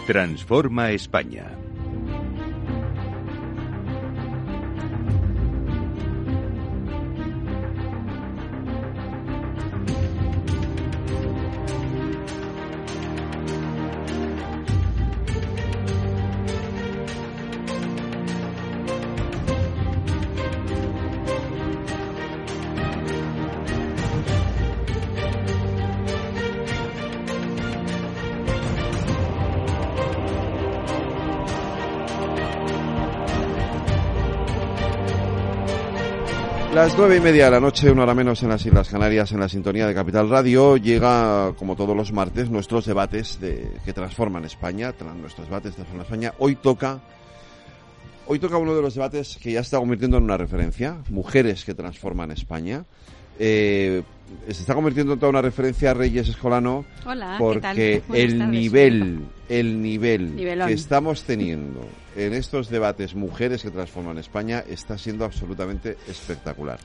Transforma España. Las 9:30 de la noche, una hora menos en las Islas Canarias, en la sintonía de Capital Radio, llega, como todos los martes, nuestros debates que transforman España, nuestros debates transforman España. Hoy toca uno de los debates que ya se está convirtiendo en una referencia, Mujeres que transforman España. Se está convirtiendo en toda una referencia a Reyes Escolano. Hola, porque el nivel que estamos teniendo en estos debates Mujeres que transforman España está siendo absolutamente espectacular.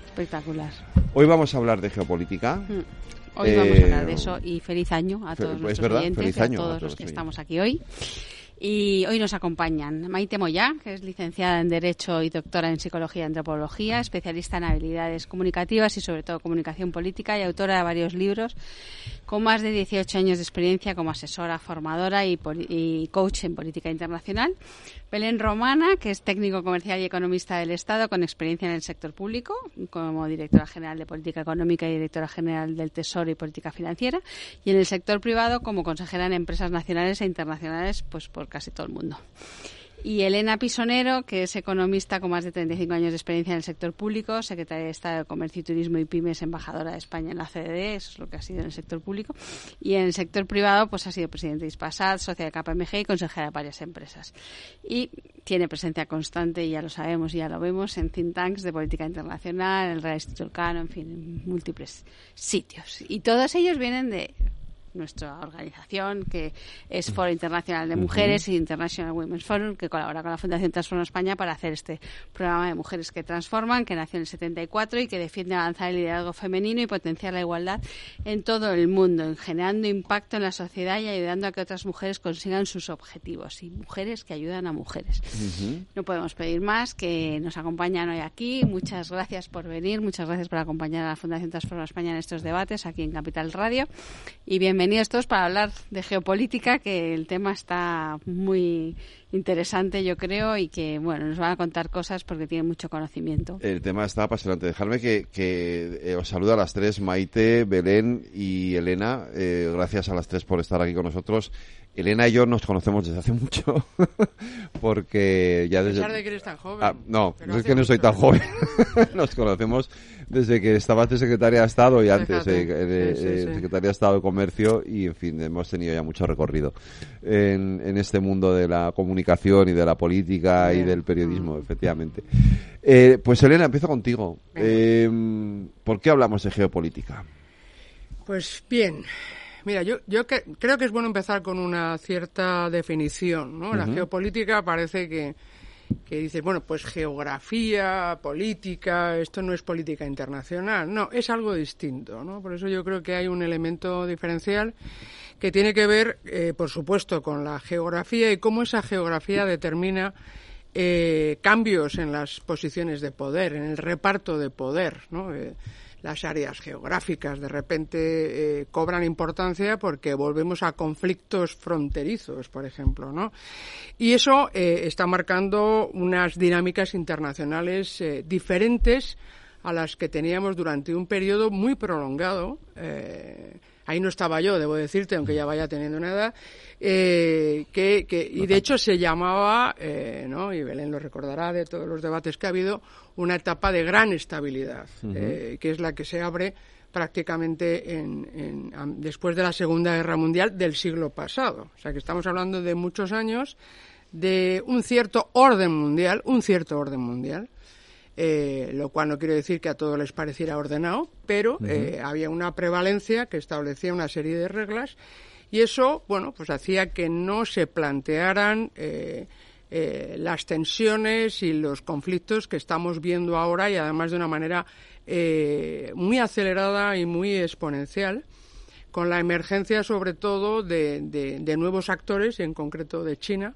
Hoy vamos a hablar de geopolítica. Hoy vamos a hablar de eso y feliz año a todos nuestros oyentes y a todos los que estamos aquí hoy. Y hoy nos acompañan Maite Moyá, que es licenciada en Derecho y doctora en Psicología y Antropología, especialista en habilidades comunicativas y sobre todo comunicación política y autora de varios libros, con más de 18 años de experiencia como asesora, formadora y coach en política internacional. Belén Romana, que es técnico comercial y economista del Estado con experiencia en el sector público, como directora general de Política Económica y directora general del Tesoro y Política Financiera, y en el sector privado como consejera en empresas nacionales e internacionales, pues por casi todo el mundo. Y Elena Pisonero, que es economista con más de 35 años de experiencia en el sector público, secretaria de Estado de Comercio y Turismo y Pymes, embajadora de España en la CDD, eso es lo que ha sido en el sector público. Y en el sector privado, pues ha sido presidente de Ispasat, socia de KPMG y consejera de varias empresas. Y tiene presencia constante, y ya lo sabemos y ya lo vemos, en think tanks de política internacional, el Real Instituto Elcano, en fin, en múltiples sitios. Y todos ellos vienen de nuestra organización, que es Foro Internacional de Mujeres y International Women's Forum, que colabora con la Fundación Transforma España para hacer este programa de Mujeres que Transforman, que nació en el 74 y que defiende avanzar el liderazgo femenino y potenciar la igualdad en todo el mundo, generando impacto en la sociedad y ayudando a que otras mujeres consigan sus objetivos. Y mujeres que ayudan a mujeres. No podemos pedir más, que nos acompañan hoy aquí. Muchas gracias por venir, muchas gracias por acompañar a la Fundación Transforma España en estos debates aquí en Capital Radio. Y bienvenidos todos para hablar de geopolítica, que el tema está muy interesante, yo creo, y que, bueno, nos van a contar cosas porque tienen mucho conocimiento. El tema está apasionante. Dejadme que os saludo a las tres, Maite, Belén y Elena. Gracias a las tres por estar aquí con nosotros. Elena y yo nos conocemos desde hace mucho, porque ya desde... A pesar de que eres tan joven. No es que no soy tan joven. Nos conocemos desde que estabas de secretaria de Estado y antes, secretaria de Estado de Comercio, y en fin, hemos tenido ya mucho recorrido en este mundo de la comunicación y de la política y del periodismo, efectivamente. Pues Elena, empiezo contigo. ¿Por qué hablamos de geopolítica? Pues bien, mira, yo creo que es bueno empezar con una cierta definición, ¿no? La geopolítica parece que dices, bueno, pues geografía, política, esto no es política internacional. No, es algo distinto, ¿no? Por eso yo creo que hay un elemento diferencial que tiene que ver, por supuesto, con la geografía y cómo esa geografía determina cambios en las posiciones de poder, en el reparto de poder, ¿no? Las áreas geográficas de repente cobran importancia porque volvemos a conflictos fronterizos, por ejemplo, ¿no? Y eso está marcando unas dinámicas internacionales diferentes a las que teníamos durante un periodo muy prolongado. Ahí no estaba yo, debo decirte, aunque ya vaya teniendo una edad, y de hecho se llamaba, ¿no? Y Belén lo recordará de todos los debates que ha habido, una etapa de gran estabilidad, que es la que se abre prácticamente después de la Segunda Guerra Mundial del siglo pasado. O sea que estamos hablando de muchos años de un cierto orden mundial, lo cual no quiere decir que a todos les pareciera ordenado, pero había una prevalencia que establecía una serie de reglas, y eso, bueno, pues hacía que no se plantearan las tensiones y los conflictos que estamos viendo ahora, y además de una manera muy acelerada y muy exponencial, con la emergencia sobre todo de nuevos actores, y en concreto de China,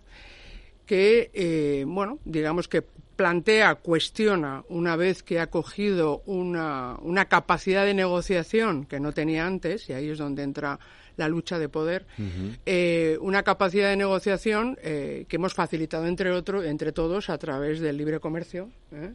que, digamos que cuestiona, una vez que ha cogido una capacidad de negociación que no tenía antes, y ahí es donde entra la lucha de poder, una capacidad de negociación que hemos facilitado entre todos a través del libre comercio,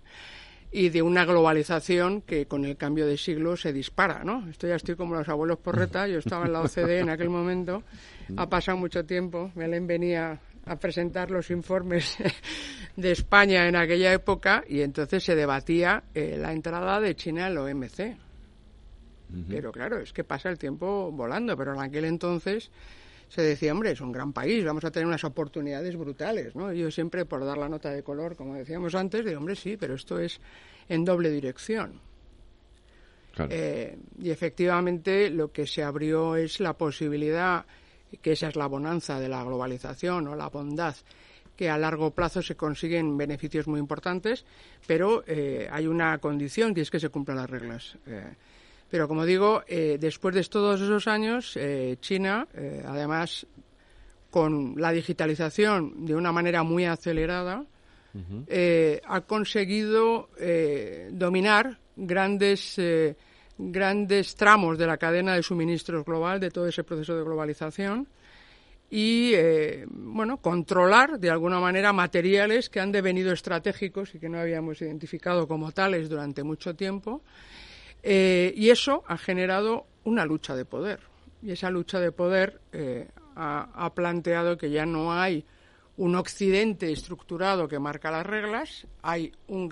y de una globalización que con el cambio de siglo se dispara, ¿no? Estoy como los abuelos Porreta, yo estaba en la OCDE en aquel momento, ha pasado mucho tiempo, Belén venía a presentar los informes de España en aquella época y entonces se debatía la entrada de China en la OMC. Pero claro, es que pasa el tiempo volando, pero en aquel entonces se decía, hombre, es un gran país, vamos a tener unas oportunidades brutales, ¿no? Yo siempre, por dar la nota de color, como decíamos antes, digo, hombre, sí, pero esto es en doble dirección. Claro. Y efectivamente lo que se abrió es la posibilidad, que esa es la bonanza de la globalización o la bondad, que a largo plazo se consiguen beneficios muy importantes, pero hay una condición, que es que se cumplan las reglas. Pero como digo, después de todos esos años, China, además, con la digitalización de una manera muy acelerada, ha conseguido dominar grandes tramos de la cadena de suministros global, de todo ese proceso de globalización, y controlar de alguna manera materiales que han devenido estratégicos y que no habíamos identificado como tales durante mucho tiempo. Y eso ha generado una lucha de poder. Y esa lucha de poder ha planteado que ya no hay un occidente estructurado que marca las reglas, hay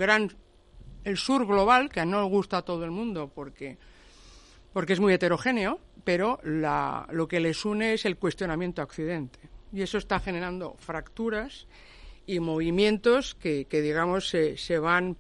el sur global, que no gusta a todo el mundo porque es muy heterogéneo, pero lo que les une es el cuestionamiento a occidente. Y eso está generando fracturas y movimientos que digamos, se van.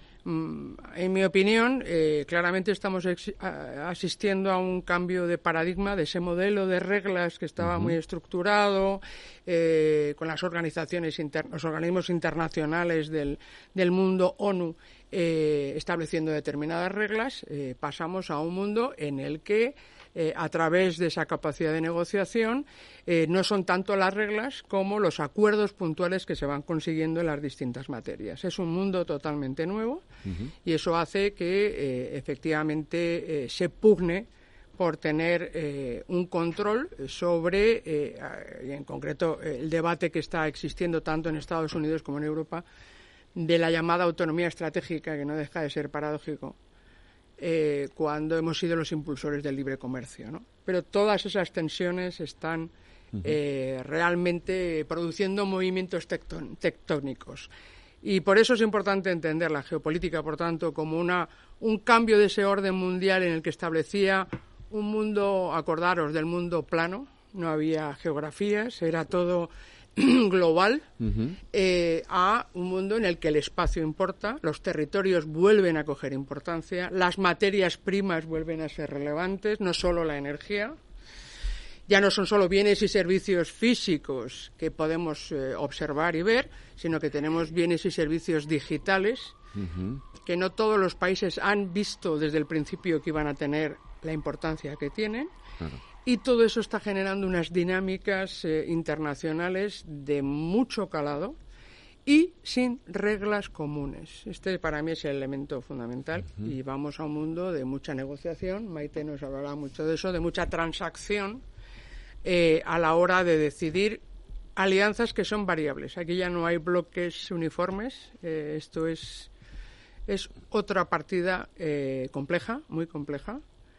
En mi opinión, claramente estamos asistiendo a un cambio de paradigma de ese modelo de reglas que estaba muy estructurado, con los organismos internacionales del mundo, ONU, estableciendo determinadas reglas. Pasamos a un mundo en el que, a través de esa capacidad de negociación, no son tanto las reglas como los acuerdos puntuales que se van consiguiendo en las distintas materias. Es un mundo totalmente nuevo y eso hace que efectivamente se pugne por tener un control sobre, y en concreto, el debate que está existiendo tanto en Estados Unidos como en Europa, de la llamada autonomía estratégica, que no deja de ser paradójico, cuando hemos sido los impulsores del libre comercio, ¿no? Pero todas esas tensiones están realmente produciendo movimientos tectónicos. Y por eso es importante entender la geopolítica, por tanto, como un cambio de ese orden mundial en el que establecía un mundo, acordaros, del mundo plano, no había geografías, era todo global, a un mundo en el que el espacio importa, los territorios vuelven a coger importancia, las materias primas vuelven a ser relevantes, no solo la energía, ya no son solo bienes y servicios físicos que podemos observar y ver, sino que tenemos bienes y servicios digitales que no todos los países han visto desde el principio que iban a tener la importancia que tienen. Claro. Y todo eso está generando unas dinámicas internacionales de mucho calado y sin reglas comunes. Este para mí es el elemento fundamental y vamos a un mundo de mucha negociación. Maite nos hablará mucho de eso, de mucha transacción a la hora de decidir alianzas que son variables. Aquí ya no hay bloques uniformes. Esto es otra partida compleja, muy compleja.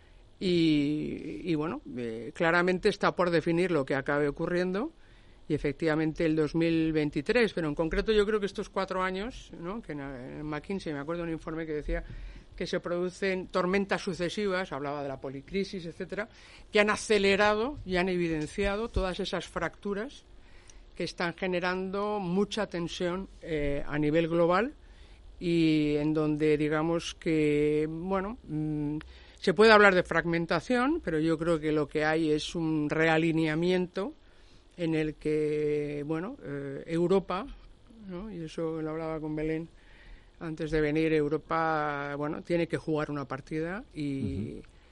Y bueno, claramente está por definir lo que acabe ocurriendo y efectivamente el 2023, pero en concreto yo creo que estos 4 años, ¿no? Que en McKinsey me acuerdo de un informe que decía que se producen tormentas sucesivas, hablaba de la policrisis, etcétera, que han acelerado y han evidenciado todas esas fracturas que están generando mucha tensión a nivel global y en donde digamos que, bueno, se puede hablar de fragmentación, pero yo creo que lo que hay es un realineamiento en el que, bueno, Europa, ¿no? Y eso lo hablaba con Belén antes de venir, Europa, bueno, tiene que jugar una partida y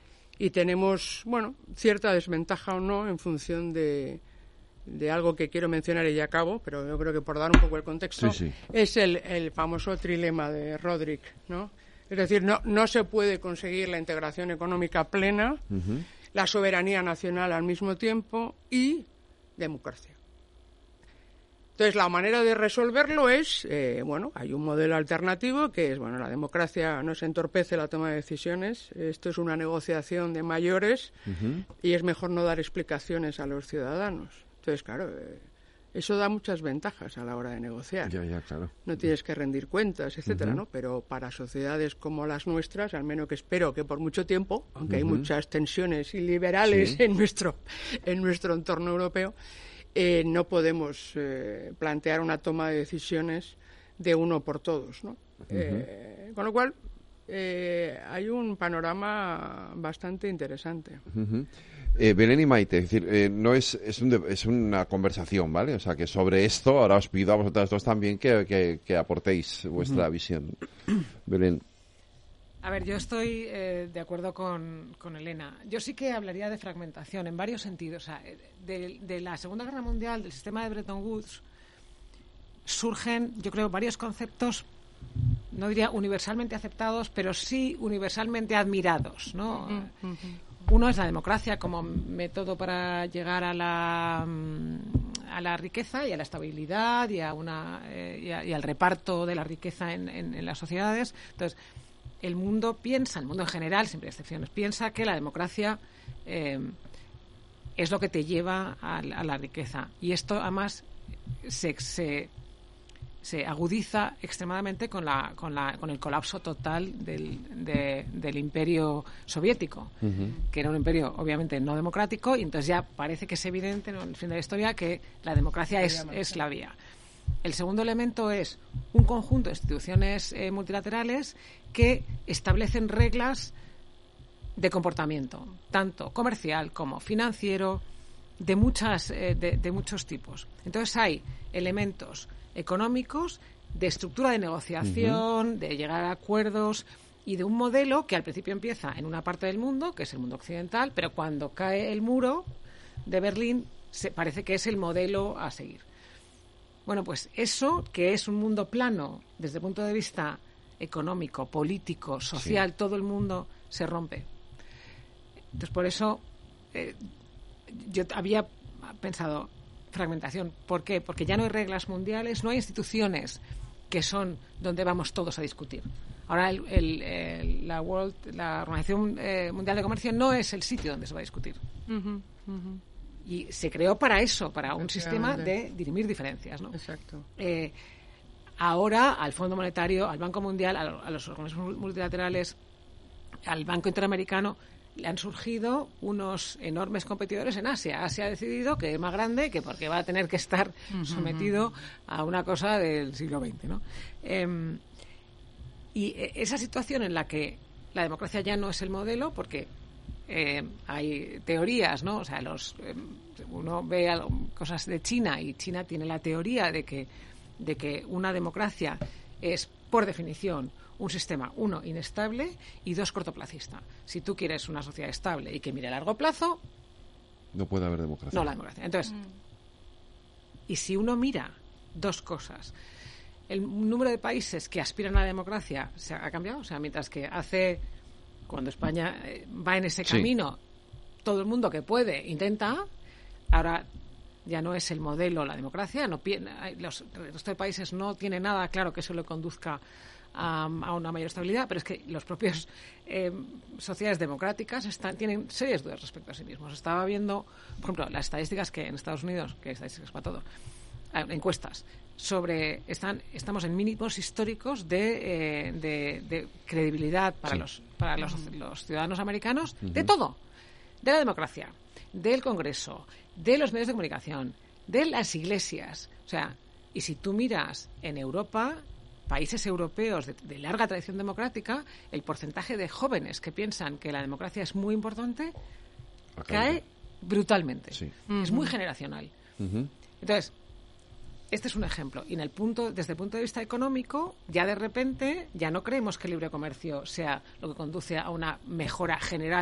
y tenemos, cierta desventaja o no en función de algo que quiero mencionar y ya acabo, pero yo creo que por dar un poco el contexto, es el famoso trilema de Rodrik, ¿no? Es decir, no se puede conseguir la integración económica plena, la soberanía nacional al mismo tiempo y democracia. Entonces, la manera de resolverlo es, hay un modelo alternativo que es, la democracia no se entorpece la toma de decisiones, esto es una negociación de mayores y es mejor no dar explicaciones a los ciudadanos. Entonces, claro, eso da muchas ventajas a la hora de negociar. Ya, claro. No tienes que rendir cuentas, etcétera, ¿no? Pero para sociedades como las nuestras, al menos que espero que por mucho tiempo, aunque hay muchas tensiones iliberales en nuestro entorno europeo, no podemos plantear una toma de decisiones de uno por todos, ¿no? Con lo cual, hay un panorama bastante interesante. Belén y Maite, es decir, no es una conversación, ¿vale? O sea, que sobre esto ahora os pido a vosotras dos también que aportéis vuestra visión. Belén. A ver, yo estoy de acuerdo con Elena. Yo sí que hablaría de fragmentación en varios sentidos. O sea, de la Segunda Guerra Mundial, del sistema de Bretton Woods, surgen, yo creo, varios conceptos, no diría universalmente aceptados, pero sí universalmente admirados, ¿no? Uno es la democracia como método para llegar a la riqueza y a la estabilidad y al reparto de la riqueza en las sociedades. Entonces, el mundo en general, siempre hay excepciones, piensa que la democracia es lo que te lleva a la riqueza. Y esto, además, se agudiza extremadamente con el colapso total del imperio soviético, que era un imperio obviamente no democrático, y entonces ya parece que es evidente, ¿no?, en el fin de la historia, que la democracia es la vía. El segundo elemento es un conjunto de instituciones multilaterales que establecen reglas de comportamiento, tanto comercial como financiero, de muchos tipos. Entonces hay elementos económicos, de estructura de negociación, de llegar a acuerdos y de un modelo que al principio empieza en una parte del mundo, que es el mundo occidental, pero cuando cae el muro de Berlín parece que es el modelo a seguir. Bueno, pues eso, que es un mundo plano desde el punto de vista económico, político, social, todo el mundo se rompe. Entonces, por eso yo había pensado fragmentación. ¿Por qué? Porque ya no hay reglas mundiales, no hay instituciones que son donde vamos todos a discutir. Ahora la Organización Mundial de Comercio no es el sitio donde se va a discutir. Y se creó para eso, para un sistema de dirimir diferencias, ¿no? Exacto. Ahora al Fondo Monetario, al Banco Mundial, a los organismos multilaterales, al Banco Interamericano, le han surgido unos enormes competidores en Asia. Asia ha decidido que es más grande, que porque va a tener que estar sometido a una cosa del siglo XX, ¿no? Y esa situación en la que la democracia ya no es el modelo, porque hay teorías, ¿no? O sea, uno ve cosas de China y China tiene la teoría de que una democracia es, por definición, un sistema, uno, inestable y dos, cortoplacista. Si tú quieres una sociedad estable y que mire a largo plazo, no puede haber democracia. No la democracia. Entonces, y si uno mira dos cosas, el número de países que aspiran a la democracia se ha cambiado. O sea, mientras que cuando España va en ese camino, todo el mundo que puede intenta. Ahora ya no es el modelo la democracia. El resto de países no tiene nada claro que eso le conduzca a una mayor estabilidad, pero es que los propios sociedades democráticas tienen serias dudas respecto a sí mismos. Estaba viendo, por ejemplo, las estadísticas que en Estados Unidos, que hay estadísticas para todo, encuestas estamos en mínimos históricos de credibilidad para los ciudadanos americanos, de todo, de la democracia, del Congreso, de los medios de comunicación, de las iglesias. O sea, y si tú miras en Europa, países europeos de larga tradición democrática, el porcentaje de jóvenes que piensan que la democracia es muy importante cae brutalmente. Sí. Es muy generacional. Entonces, este es un ejemplo. Y desde el punto de vista económico, ya de repente ya no creemos que el libre comercio sea lo que conduce a una mejora general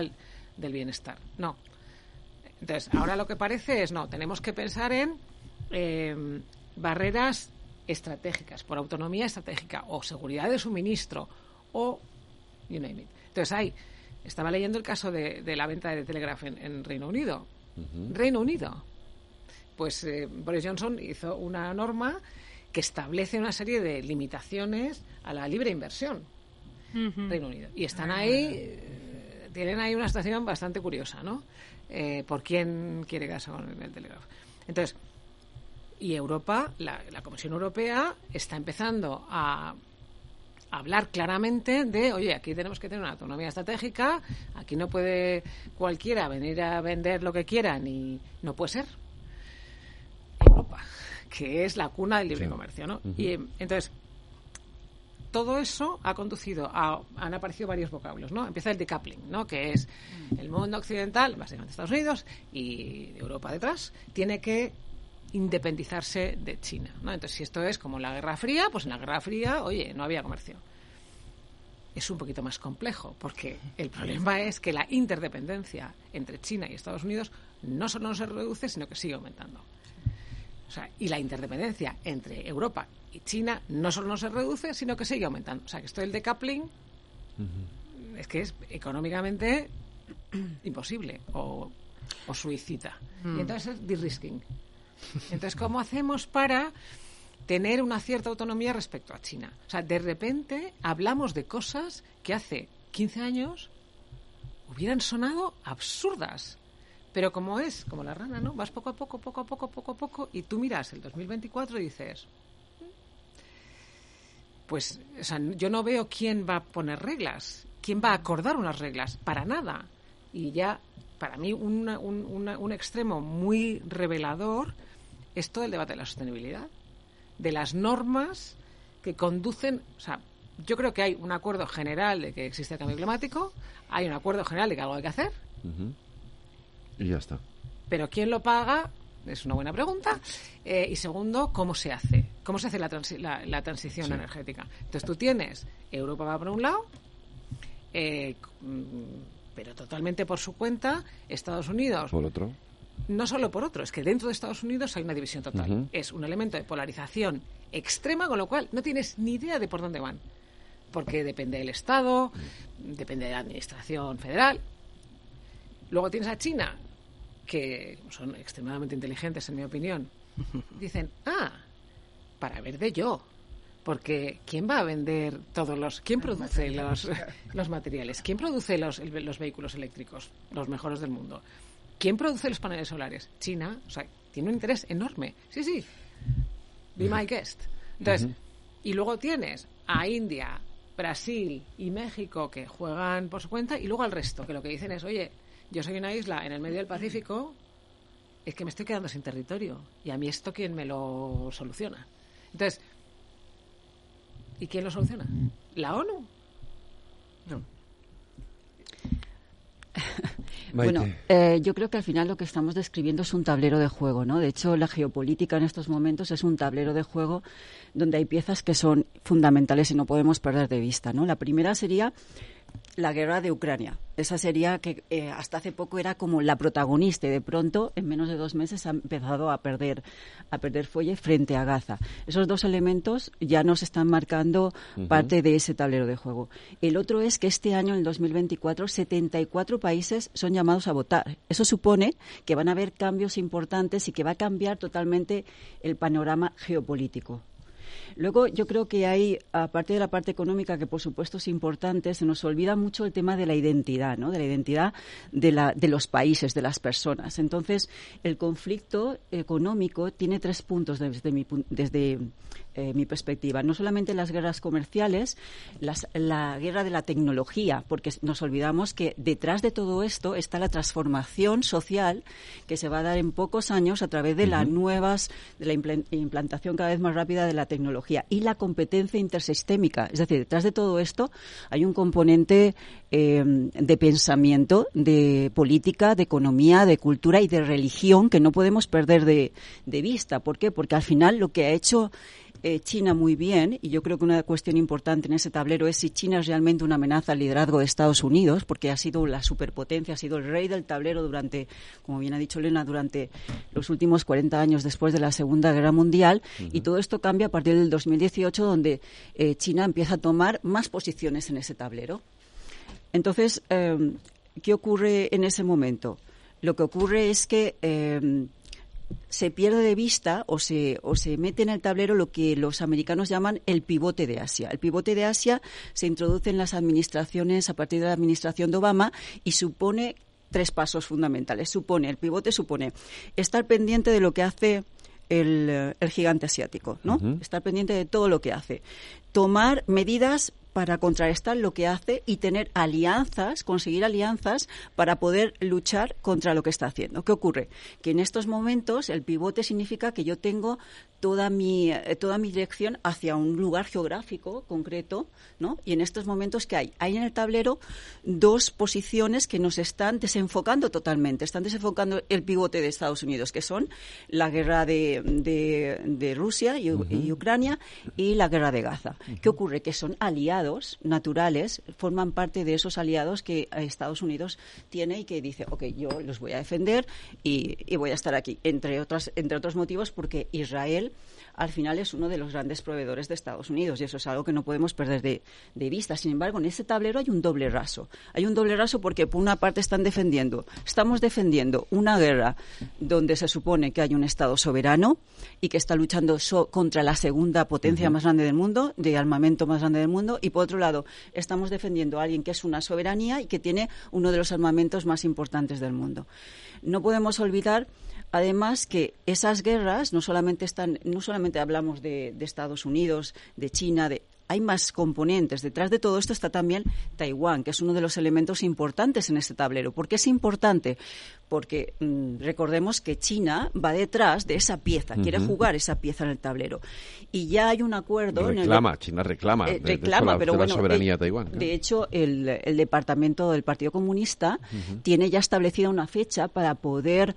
del bienestar. No. Entonces, ahora lo que parece es, tenemos que pensar en barreras estratégicas, por autonomía estratégica, o seguridad de suministro, o you name it. Entonces, estaba leyendo el caso de la venta de Telegraph en Reino Unido. Uh-huh. Reino Unido. Pues Boris Johnson hizo una norma que establece una serie de limitaciones a la libre inversión. Uh-huh. Reino Unido. Y están ahí, tienen ahí una situación bastante curiosa, ¿no? Por quién quiere casar con el Telegraph. Entonces, y Europa, la Comisión Europea está empezando a hablar claramente de, oye, aquí tenemos que tener una autonomía estratégica, aquí no puede cualquiera venir a vender lo que quieran y no puede ser. Europa, que es la cuna del libre comercio, ¿no? Uh-huh. Y entonces, todo eso ha conducido han aparecido varios vocablos, ¿no? Empieza el decoupling, ¿no? Que es el mundo occidental, básicamente Estados Unidos y Europa detrás, tiene que independizarse de China, ¿no? Entonces, si esto es como la Guerra Fría, pues en la Guerra Fría, oye, no había comercio. Es un poquito más complejo, porque el problema es que la interdependencia entre China y Estados Unidos no solo no se reduce, sino que sigue aumentando. O sea, y la interdependencia entre Europa y China no solo no se reduce, sino que sigue aumentando. O sea, que esto del decoupling es que es económicamente imposible o suicida. Y entonces es de-risking. Entonces, ¿cómo hacemos para tener una cierta autonomía respecto a China? O sea, de repente hablamos de cosas que hace 15 años hubieran sonado absurdas. Pero como la rana, ¿no? Vas poco a poco, y tú miras el 2024 y dices, pues, o sea, yo no veo quién va a poner reglas, quién va a acordar unas reglas, para nada. Y ya, para mí, un extremo muy revelador es todo el debate de la sostenibilidad, de las normas que conducen, o sea, yo creo que hay un acuerdo general de que existe el cambio climático, hay un acuerdo general de que algo hay que hacer. Uh-huh. Y ya está. Pero ¿quién lo paga? Es una buena pregunta. Y segundo, ¿cómo se hace? ¿Cómo se hace la transición energética? Entonces tú tienes, Europa va por un lado, pero totalmente por su cuenta, Estados Unidos... Por otro. No solo por otro, es que dentro de Estados Unidos hay una división total. Uh-huh. Es un elemento de polarización extrema, con lo cual no tienes ni idea de por dónde van. Porque depende del Estado, depende de la administración federal. Luego tienes a China, que son extremadamente inteligentes, en mi opinión. Dicen, para ver de yo. Porque ¿quién va a vender quién produce los materiales? ¿Quién produce los vehículos eléctricos, los mejores del mundo? ¿Quién produce los paneles solares? China. O sea, tiene un interés enorme. Sí. Be my guest. Entonces, y luego tienes a India, Brasil y México, que juegan por su cuenta, y luego al resto, que lo que dicen es, oye, yo soy una isla en el medio del Pacífico, es que me estoy quedando sin territorio. Y a mí esto, ¿quién me lo soluciona? Entonces, ¿y quién lo soluciona? ¿La ONU? No. Bueno, yo creo que al final lo que estamos describiendo es un tablero de juego, ¿no? De hecho, la geopolítica en estos momentos es un tablero de juego donde hay piezas que son fundamentales y no podemos perder de vista, ¿no? La primera sería la guerra de Ucrania. Esa sería que hasta hace poco era como la protagonista y de pronto, en menos de 2 meses, ha empezado a perder fuelle frente a Gaza. Esos dos elementos ya nos están marcando parte de ese tablero de juego. El otro es que este año, en el 2024, 74 países son llamados a votar. Eso supone que van a haber cambios importantes y que va a cambiar totalmente el panorama geopolítico. Luego, yo creo que hay, aparte de la parte económica, que por supuesto es importante, se nos olvida mucho el tema de la identidad, ¿no? De la identidad de los países, de las personas. Entonces, el conflicto económico tiene 3 puntos desde mi perspectiva. No solamente las guerras comerciales, la guerra de la tecnología, porque nos olvidamos que detrás de todo esto está la transformación social que se va a dar en pocos años a través de la implantación cada vez más rápida de la tecnología y la competencia intersistémica. Es decir, detrás de todo esto hay un componente de pensamiento, de política, de economía, de cultura y de religión que no podemos perder de vista. ¿Por qué? Porque al final lo que ha hecho China muy bien, y yo creo que una cuestión importante en ese tablero es si China es realmente una amenaza al liderazgo de Estados Unidos, porque ha sido la superpotencia, ha sido el rey del tablero durante, como bien ha dicho Elena, durante los últimos 40 años después de la Segunda Guerra Mundial, y todo esto cambia a partir del 2018, donde China empieza a tomar más posiciones en ese tablero. Entonces, ¿qué ocurre en ese momento? Lo que ocurre es que se pierde de vista o se mete en el tablero lo que los americanos llaman el pivote de Asia. El pivote de Asia se introduce en las administraciones a partir de la administración de Obama y supone 3 pasos fundamentales. El pivote supone estar pendiente de lo que hace el gigante asiático, ¿no? Estar pendiente de todo lo que hace. Tomar medidas para contrarrestar lo que hace y tener alianzas, conseguir alianzas para poder luchar contra lo que está haciendo. ¿Qué ocurre? Que en estos momentos el pivote significa que yo tengo toda mi dirección hacia un lugar geográfico concreto, ¿no? Y en estos momentos, ¿qué hay? Hay en el tablero 2 posiciones que nos están desenfocando totalmente. Están desenfocando el pivote de Estados Unidos, que son la guerra de Rusia y Ucrania y la guerra de Gaza. ¿Qué ocurre? Que son aliados naturales, forman parte de esos aliados que Estados Unidos tiene y que dice, ok, yo los voy a defender y voy a estar aquí, entre otros motivos porque Israel al final es uno de los grandes proveedores de Estados Unidos y eso es algo que no podemos perder de vista. Sin embargo, en ese tablero hay un doble raso. Hay un doble raso porque por una parte estamos defendiendo una guerra donde se supone que hay un Estado soberano y que está luchando contra la segunda potencia más grande del mundo, de armamento más grande del mundo, y por otro lado estamos defendiendo a alguien que es una soberanía y que tiene uno de los armamentos más importantes del mundo. No podemos olvidar además que esas guerras no solamente hablamos de Estados Unidos, de China, hay más componentes. Detrás de todo esto está también Taiwán, que es uno de los elementos importantes en este tablero. ¿Por qué es importante? Porque recordemos que China va detrás de esa pieza, quiere jugar esa pieza en el tablero. Y ya hay un acuerdo... China reclama la soberanía de Taiwán. De hecho, el departamento del Partido Comunista tiene ya establecida una fecha para poder...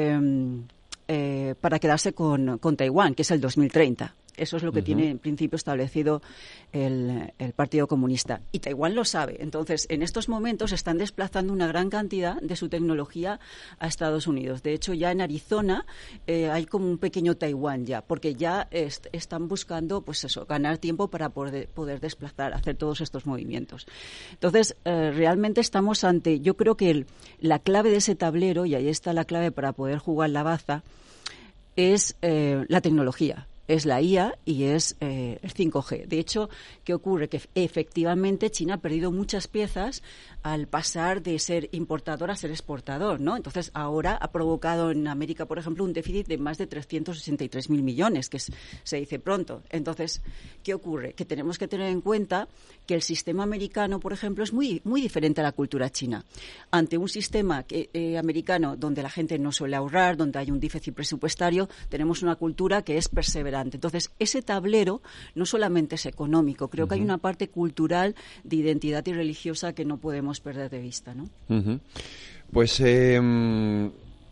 para quedarse con Taiwán, que es el 2030. Eso es lo que tiene en principio establecido el Partido Comunista. Y Taiwán lo sabe. Entonces, en estos momentos están desplazando una gran cantidad de su tecnología a Estados Unidos. De hecho, ya en Arizona hay como un pequeño Taiwán ya, porque ya están buscando, pues eso, ganar tiempo para poder desplazar, hacer todos estos movimientos. Entonces, realmente estamos ante, yo creo que la clave de ese tablero, y ahí está la clave para poder jugar la baza, es la tecnología. Es la IA y es el 5G. De hecho, ¿qué ocurre? Que efectivamente China ha perdido muchas piezas al pasar de ser importador a ser exportador, ¿no? Entonces, ahora ha provocado en América, por ejemplo, un déficit de más de 363.000 millones, que se dice pronto. Entonces, ¿qué ocurre? Que tenemos que tener en cuenta que el sistema americano, por ejemplo, es muy, muy diferente a la cultura china. Ante un sistema americano donde la gente no suele ahorrar, donde hay un déficit presupuestario, tenemos una cultura que es perseverante. Entonces, ese tablero no solamente es económico, creo que hay una parte cultural de identidad y religiosa que no podemos perder de vista, ¿no? Pues hemos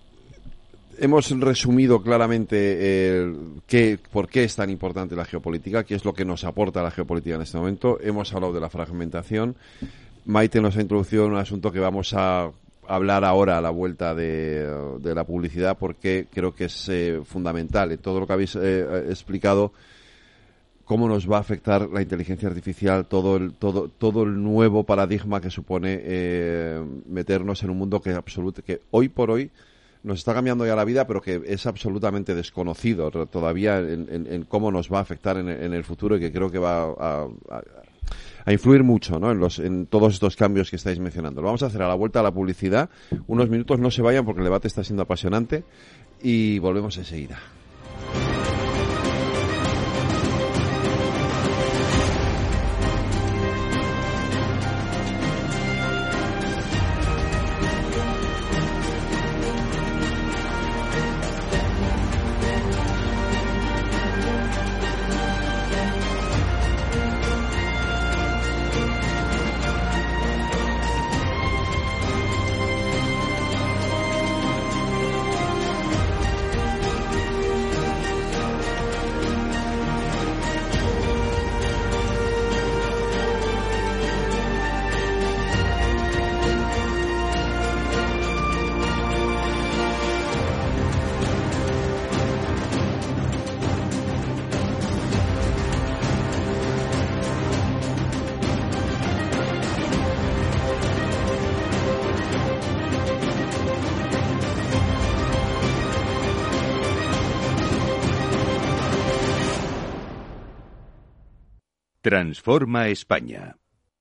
resumido claramente por qué es tan importante la geopolítica, qué es lo que nos aporta la geopolítica en este momento. Hemos hablado de la fragmentación. Maite nos ha introducido en un asunto que vamos a hablar ahora a la vuelta de la publicidad, porque creo que es fundamental en todo lo que habéis explicado, cómo nos va a afectar la inteligencia artificial, todo el nuevo paradigma que supone meternos en un mundo que hoy por hoy nos está cambiando ya la vida, pero que es absolutamente desconocido todavía en cómo nos va a afectar en el futuro, y que creo que va a influir mucho, ¿no? en todos estos cambios que estáis mencionando. Lo vamos a hacer a la vuelta a la publicidad. Unos minutos, no se vayan porque el debate está siendo apasionante, y volvemos enseguida. Transforma España.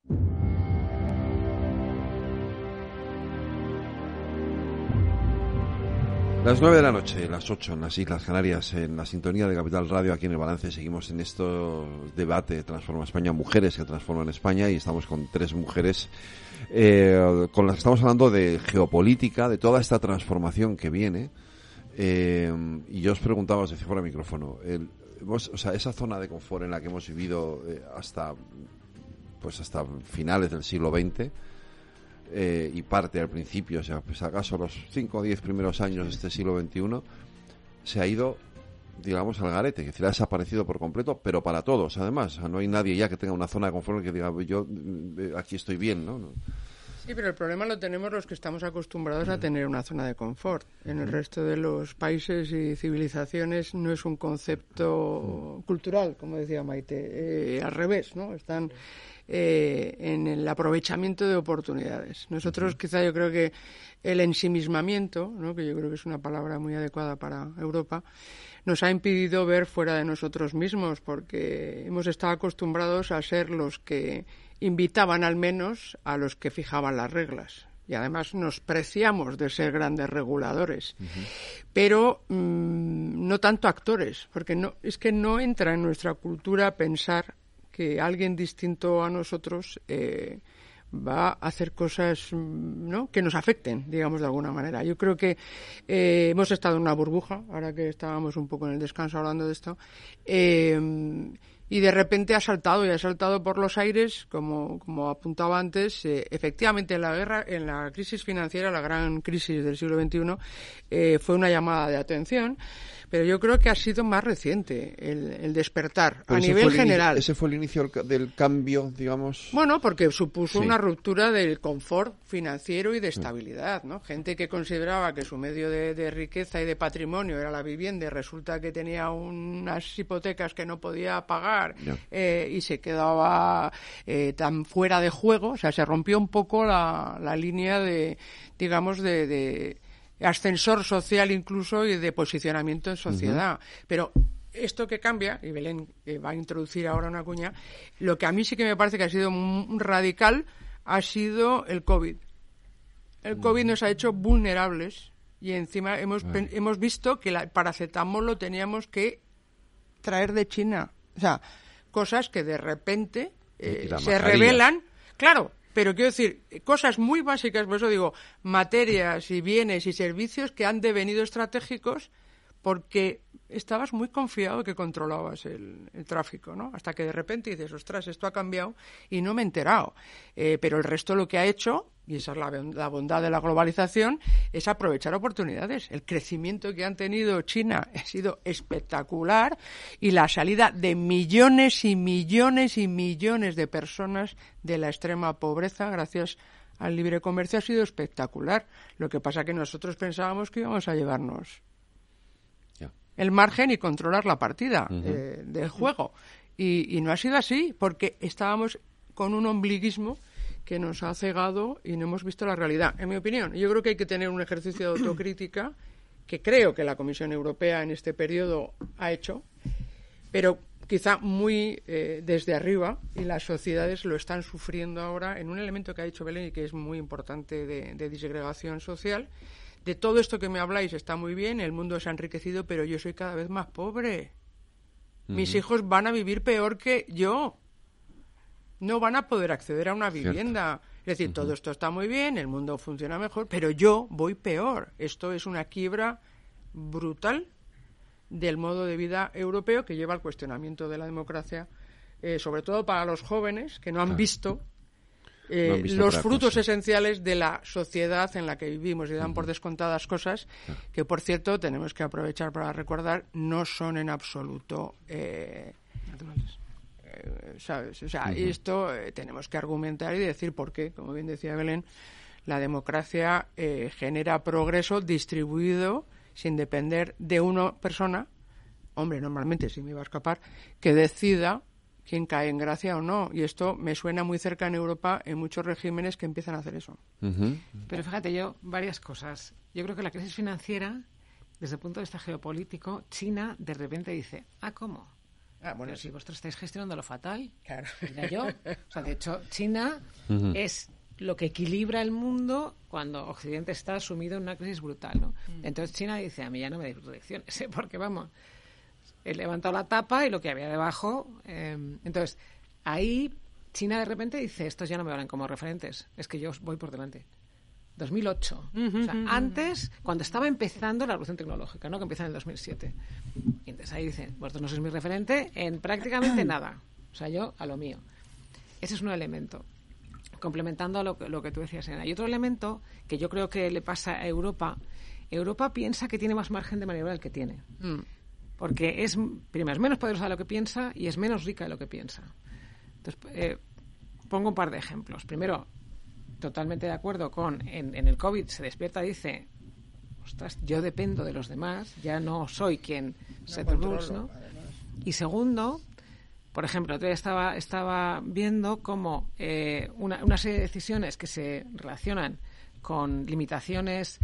Las 9 de la noche, las 8 en las Islas Canarias, en la sintonía de Capital Radio, aquí en El Balance, seguimos en estos debates Transforma España, mujeres que transforman España, y estamos con 3 mujeres con las que estamos hablando de geopolítica, de toda esta transformación que viene. Y yo os preguntaba, os decía fuera de micrófono, esa zona de confort en la que hemos vivido hasta finales del siglo XX, y parte al principio, o sea, pues acaso los 5 o 10 primeros años de este siglo XXI, se ha ido, digamos, al garete, que decir, ha desaparecido por completo, pero para todos, además. O sea, no hay nadie ya que tenga una zona de confort que diga, yo aquí estoy bien, ¿no? Sí, pero el problema lo tenemos los que estamos acostumbrados a tener una zona de confort. En el resto de los países y civilizaciones no es un concepto cultural, como decía Maite, al revés, ¿no? Están en el aprovechamiento de oportunidades. Nosotros quizá yo creo que el ensimismamiento, ¿no?, que yo creo que es una palabra muy adecuada para Europa, nos ha impedido ver fuera de nosotros mismos, porque hemos estado acostumbrados a ser los que invitaban al menos a los que fijaban las reglas. Y además nos preciamos de ser grandes reguladores, pero no tanto actores, porque es que no entra en nuestra cultura pensar que alguien distinto a nosotros va a hacer cosas, ¿no?, que nos afecten, digamos, de alguna manera. Yo creo que hemos estado en una burbuja, ahora que estábamos un poco en el descanso hablando de esto, y de repente ha saltado por los aires, como apuntaba antes. Efectivamente, en la crisis financiera, la gran crisis del siglo XXI, fue una llamada de atención, pero yo creo que ha sido más reciente el despertar a nivel general. ¿Ese fue el inicio del cambio, digamos? Bueno, porque supuso una ruptura del confort financiero y de estabilidad, ¿no? Gente que consideraba que su medio de riqueza y de patrimonio era la vivienda, y resulta que tenía unas hipotecas que no podía pagar, y se quedaba tan fuera de juego. O sea, se rompió un poco la línea de, digamos, de ascensor social incluso, y de posicionamiento en sociedad. Pero esto que cambia, y Belén va a introducir ahora una cuña, lo que a mí sí que me parece que ha sido radical ha sido el COVID. El COVID nos ha hecho vulnerables, y encima hemos visto que el paracetamol lo teníamos que traer de China. O sea, cosas que de repente se revelan. Claro, pero quiero decir, cosas muy básicas, por eso digo, materias y bienes y servicios que han devenido estratégicos porque estabas muy confiado de que controlabas el tráfico, ¿no? Hasta que de repente dices, ostras, esto ha cambiado y no me he enterado. Pero el resto lo que ha hecho, y esa es la bondad de la globalización, es aprovechar oportunidades. El crecimiento que han tenido China ha sido espectacular, y la salida de millones y millones y millones de personas de la extrema pobreza gracias al libre comercio ha sido espectacular. Lo que pasa es que nosotros pensábamos que íbamos a llevarnos el margen y controlar la partida del juego. Y no ha sido así, porque estábamos con un ombliguismo que nos ha cegado y no hemos visto la realidad, en mi opinión. Yo creo que hay que tener un ejercicio de autocrítica, que creo que la Comisión Europea en este periodo ha hecho, pero quizá muy desde arriba, y las sociedades lo están sufriendo ahora en un elemento que ha dicho Belén y que es muy importante de disgregación social. De todo esto que me habláis está muy bien, el mundo se ha enriquecido, pero yo soy cada vez más pobre. Mis hijos van a vivir peor que yo. No van a poder acceder a una vivienda. Cierto. Es decir, todo esto está muy bien, el mundo funciona mejor, pero yo voy peor. Esto es una quiebra brutal del modo de vida europeo, que lleva al cuestionamiento de la democracia, sobre todo para los jóvenes que no han visto los frutos esenciales de la sociedad en la que vivimos, y dan por descontadas cosas que, por cierto, tenemos que aprovechar para recordar, no son en absoluto naturales. ¿Sabes? O sea, esto tenemos que argumentar y decir por qué. Como bien decía Belén, la democracia genera progreso distribuido sin depender de una persona, hombre, normalmente sí me iba a escapar, que decida quién cae en gracia o no. Y esto me suena muy cerca en Europa, en muchos regímenes que empiezan a hacer eso. Pero fíjate, varias cosas. Yo creo que la crisis financiera, desde el punto de vista geopolítico, China de repente dice, ¿cómo? Pero si vosotros estáis gestionando lo fatal, mira yo. O sea, de hecho, China es lo que equilibra el mundo cuando Occidente está sumido en una crisis brutal, ¿no? Entonces China dice, a mí ya no me deis lecciones, porque vamos, he levantado la tapa y lo que había debajo... entonces, ahí China de repente dice, estos ya no me valen como referentes, es que yo voy por delante. 2008. O sea, antes, cuando estaba empezando la revolución tecnológica, ¿no? Que empieza en el 2007. Y entonces ahí dicen, vosotros no sois mi referente en prácticamente nada. O sea, yo a lo mío. Ese es un elemento. Complementando a lo que tú decías, Elena. Y otro elemento que yo creo que le pasa a Europa. Europa piensa que tiene más margen de maniobra del que tiene. Porque primero, es menos poderosa de lo que piensa y es menos rica de lo que piensa. Entonces, pongo un par de ejemplos. Primero, totalmente de acuerdo con en el COVID se destierta y dice, ostras, yo dependo de los demás, ya no soy quien set the rules, ¿no? Y segundo, por ejemplo, otro día estaba viendo cómo una serie de decisiones que se relacionan con limitaciones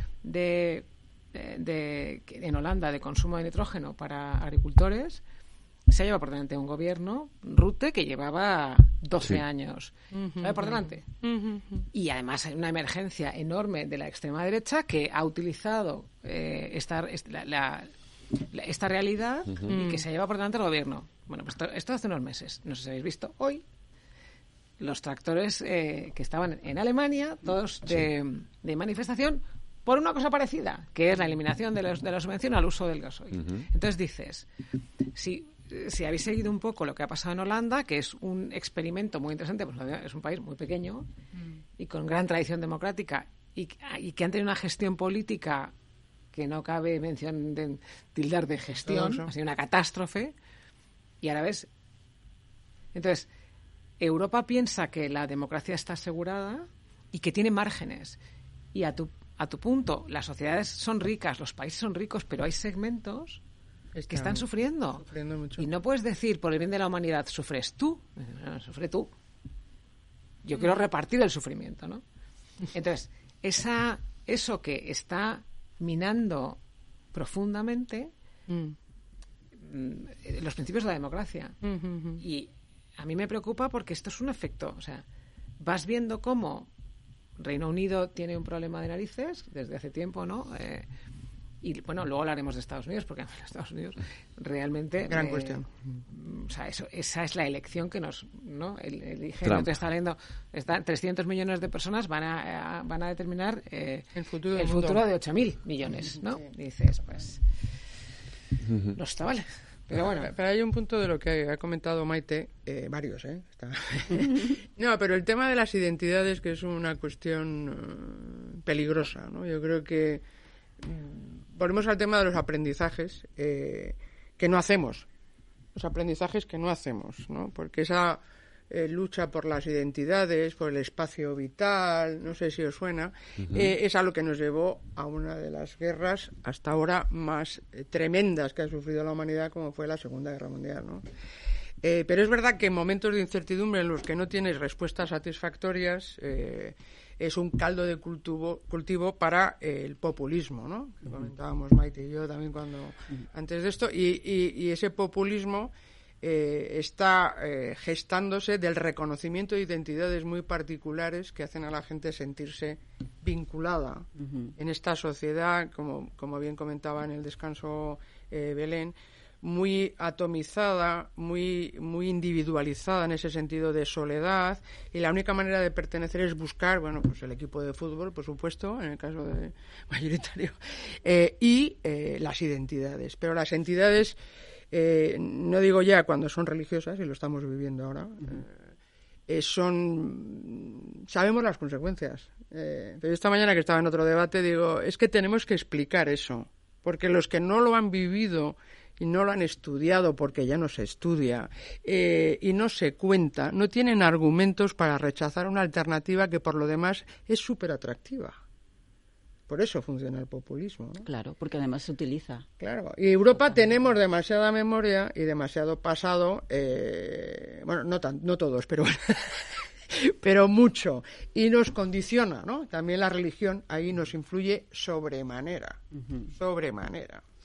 en Holanda de consumo de nitrógeno para agricultores, se lleva por delante un gobierno, Rutte, que llevaba 12 años por delante. Y además hay una emergencia enorme de la extrema derecha que ha utilizado esta realidad y que se lleva por delante el gobierno. Bueno, pues esto hace unos meses. No sé si habéis visto hoy los tractores que estaban en Alemania, todos de manifestación, por una cosa parecida, que es la eliminación de la subvención al uso del gasoil. Entonces dices, si habéis seguido un poco lo que ha pasado en Holanda, que es un experimento muy interesante, pues es un país muy pequeño y con gran tradición democrática y que han tenido una gestión política que no cabe mención de tildar de gestión, ha sido una catástrofe, y ahora ves. Entonces, Europa piensa que la democracia está asegurada y que tiene márgenes. Y a tu punto, las sociedades son ricas, los países son ricos, pero hay segmentos que están sufriendo mucho. Y no puedes decir, por el bien de la humanidad, sufres tú. No, sufre tú. Yo quiero repartir el sufrimiento, ¿no? Entonces, eso que está minando profundamente los principios de la democracia. Y a mí me preocupa porque esto es un efecto. O sea, vas viendo cómo Reino Unido tiene un problema de narices desde hace tiempo, ¿no? Y bueno, luego hablaremos de Estados Unidos, porque Estados Unidos realmente... Gran cuestión. O sea, esa es la elección que nos... ¿no? Elige, no te está leyendo... 300 millones de personas van a determinar el futuro de 8.000 millones, ¿no? Sí. Y dices, pues... No está vale. Pero bueno. Pero hay un punto de lo que ha comentado Maite, varios, No, pero el tema de las identidades, que es una cuestión peligrosa, ¿no? Yo creo que volvemos al tema de los aprendizajes que no hacemos. Los aprendizajes que no hacemos, ¿no? Porque esa lucha por las identidades, por el espacio vital, no sé si os suena, es algo que nos llevó a una de las guerras hasta ahora más tremendas que ha sufrido la humanidad, como fue la Segunda Guerra Mundial, ¿no? Pero es verdad que en momentos de incertidumbre en los que no tienes respuestas satisfactorias, es un caldo de cultivo para el populismo, ¿no? Que comentábamos Maite y yo también antes de esto, y ese populismo está gestándose del reconocimiento de identidades muy particulares que hacen a la gente sentirse vinculada en esta sociedad, como bien comentaba en el descanso Belén, muy atomizada, muy individualizada en ese sentido de soledad, y la única manera de pertenecer es buscar, bueno, pues el equipo de fútbol, por supuesto, en el caso de mayoritario, y las identidades. Pero las entidades, no digo ya cuando son religiosas, y lo estamos viviendo ahora, sabemos las consecuencias. Pero esta mañana que estaba en otro debate digo, es que tenemos que explicar eso, porque los que no lo han vivido y no lo han estudiado, porque ya no se estudia, y no se cuenta, no tienen argumentos para rechazar una alternativa que por lo demás es súper atractiva. Por eso funciona el populismo, ¿no? Claro, porque además se utiliza. Claro, y Europa tenemos demasiada memoria y demasiado pasado, bueno, no todos, pero pero mucho, y nos condiciona, ¿no? También la religión ahí nos influye sobremanera.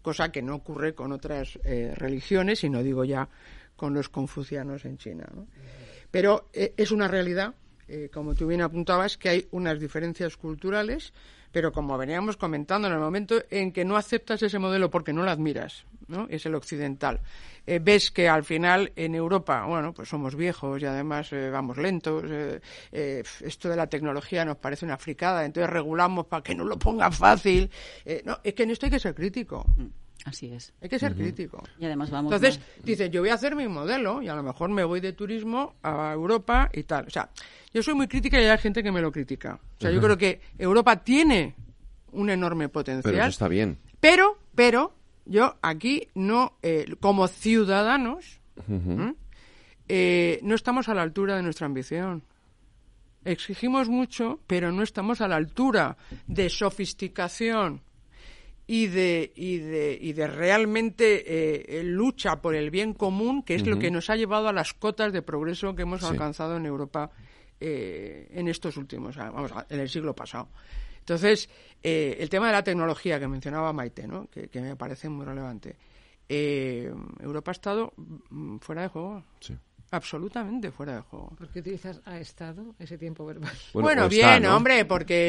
cosa que no ocurre con otras religiones, y no digo ya con los confucianos en China, ¿no? Pero es una realidad, como tú bien apuntabas, que hay unas diferencias culturales, pero como veníamos comentando, en el momento en que no aceptas ese modelo porque no lo admiras, ¿no? Es el occidental. Ves que al final en Europa, bueno, pues somos viejos y además vamos lentos, esto de la tecnología nos parece una fricada, entonces regulamos para que no lo pongan fácil. No, es que en esto hay que ser crítico. Así es. Hay que ser crítico. Y además vamos. Entonces, dices, yo voy a hacer mi modelo y a lo mejor me voy de turismo a Europa y tal. O sea, yo soy muy crítica y hay gente que me lo critica. O sea, yo creo que Europa tiene un enorme potencial. Pero eso está bien. Pero yo aquí no, como ciudadanos, no estamos a la altura de nuestra ambición. Exigimos mucho, pero no estamos a la altura de sofisticación y de realmente lucha por el bien común, que es lo que nos ha llevado a las cotas de progreso que hemos alcanzado en Europa en estos últimos, en el siglo pasado. Entonces, el tema de la tecnología que mencionaba Maite, ¿no? que me parece muy relevante. Europa ha estado fuera de juego. Sí. Absolutamente fuera de juego. ¿Por qué utilizas ha estado ese tiempo verbal? Bueno, bien, está, ¿no? Hombre, porque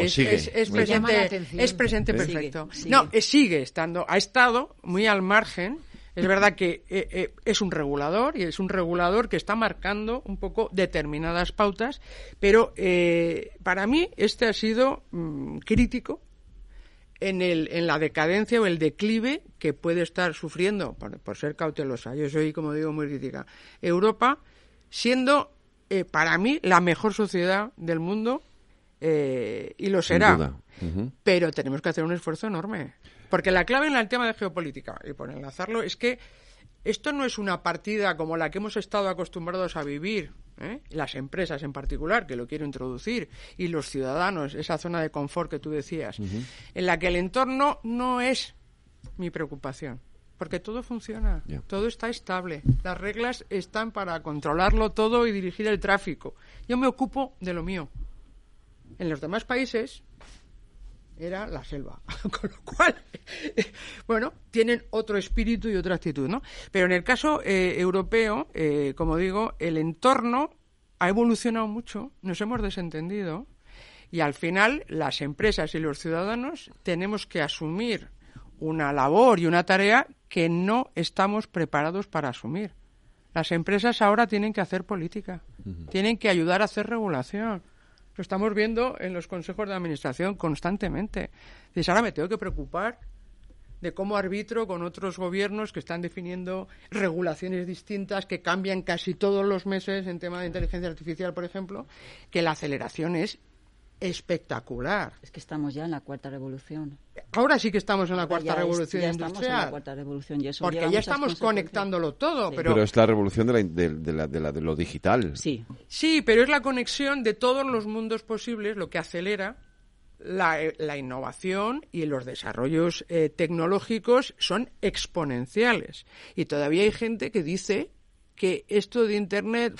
es presente perfecto. Sigue. No, sigue estando, ha estado muy al margen. Es verdad que es un regulador, y es un regulador que está marcando un poco determinadas pautas, pero para mí este ha sido crítico en la decadencia o el declive que puede estar sufriendo, por ser cautelosa. Yo soy, como digo, muy crítica. Europa, siendo para mí la mejor sociedad del mundo, y lo será, pero tenemos que hacer un esfuerzo enorme. Porque la clave en el tema de geopolítica, y por enlazarlo, es que esto no es una partida como la que hemos estado acostumbrados a vivir, las empresas en particular, que lo quiero introducir, y los ciudadanos, esa zona de confort que tú decías, en la que el entorno no es mi preocupación, porque todo funciona, todo está estable, las reglas están para controlarlo todo y dirigir el tráfico. Yo me ocupo de lo mío. En los demás países era la selva, con lo cual, bueno, tienen otro espíritu y otra actitud, ¿no? Pero en el caso europeo, como digo, el entorno ha evolucionado mucho, nos hemos desentendido, y al final las empresas y los ciudadanos tenemos que asumir una labor y una tarea que no estamos preparados para asumir. Las empresas ahora tienen que hacer política, tienen que ayudar a hacer regulación. Lo estamos viendo en los consejos de administración constantemente. Dices, ahora me tengo que preocupar de cómo arbitro con otros gobiernos que están definiendo regulaciones distintas que cambian casi todos los meses en tema de inteligencia artificial, por ejemplo, que la aceleración es espectacular. Es que estamos ya en la cuarta revolución. Ahora sí que estamos en la cuarta revolución industrial. Estamos en la cuarta revolución y eso porque ya estamos conectándolo todo. Sí. Pero es la revolución de lo digital. Sí, pero es la conexión de todos los mundos posibles lo que acelera la innovación, y los desarrollos tecnológicos son exponenciales. Y todavía hay gente que dice que esto de Internet...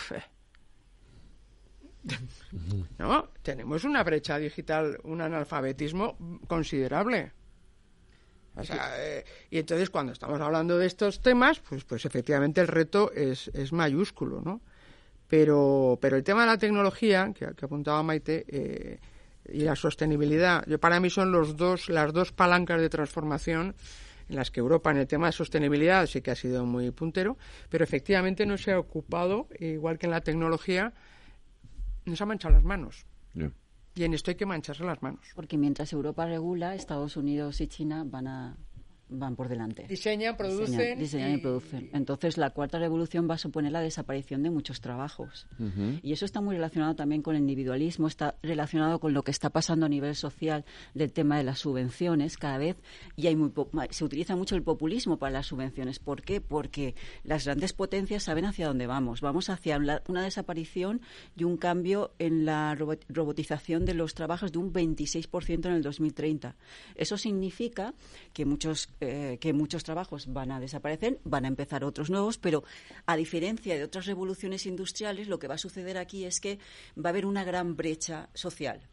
No, tenemos una brecha digital, un analfabetismo considerable. O sea, y entonces cuando estamos hablando de estos temas, pues efectivamente el reto es mayúsculo, ¿no? Pero el tema de la tecnología, que apuntaba Maite, y la sostenibilidad, para mí son las dos palancas de transformación en las que Europa en el tema de sostenibilidad sí que ha sido muy puntero, pero efectivamente no se ha ocupado, igual que en la tecnología, nos ha manchado las manos. Y en esto hay que mancharse las manos. Porque mientras Europa regula, Estados Unidos y China van por delante. Diseñan, producen. Diseñan y producen. Entonces, la cuarta revolución va a suponer la desaparición de muchos trabajos. Y eso está muy relacionado también con el individualismo, está relacionado con lo que está pasando a nivel social del tema de las subvenciones cada vez. Y se utiliza mucho el populismo para las subvenciones. ¿Por qué? Porque las grandes potencias saben hacia dónde vamos. Vamos hacia una desaparición y un cambio en la robotización de los trabajos de un 26% en el 2030. Eso significa que muchos trabajos van a desaparecer, van a empezar otros nuevos, pero a diferencia de otras revoluciones industriales, lo que va a suceder aquí es que va a haber una gran brecha social.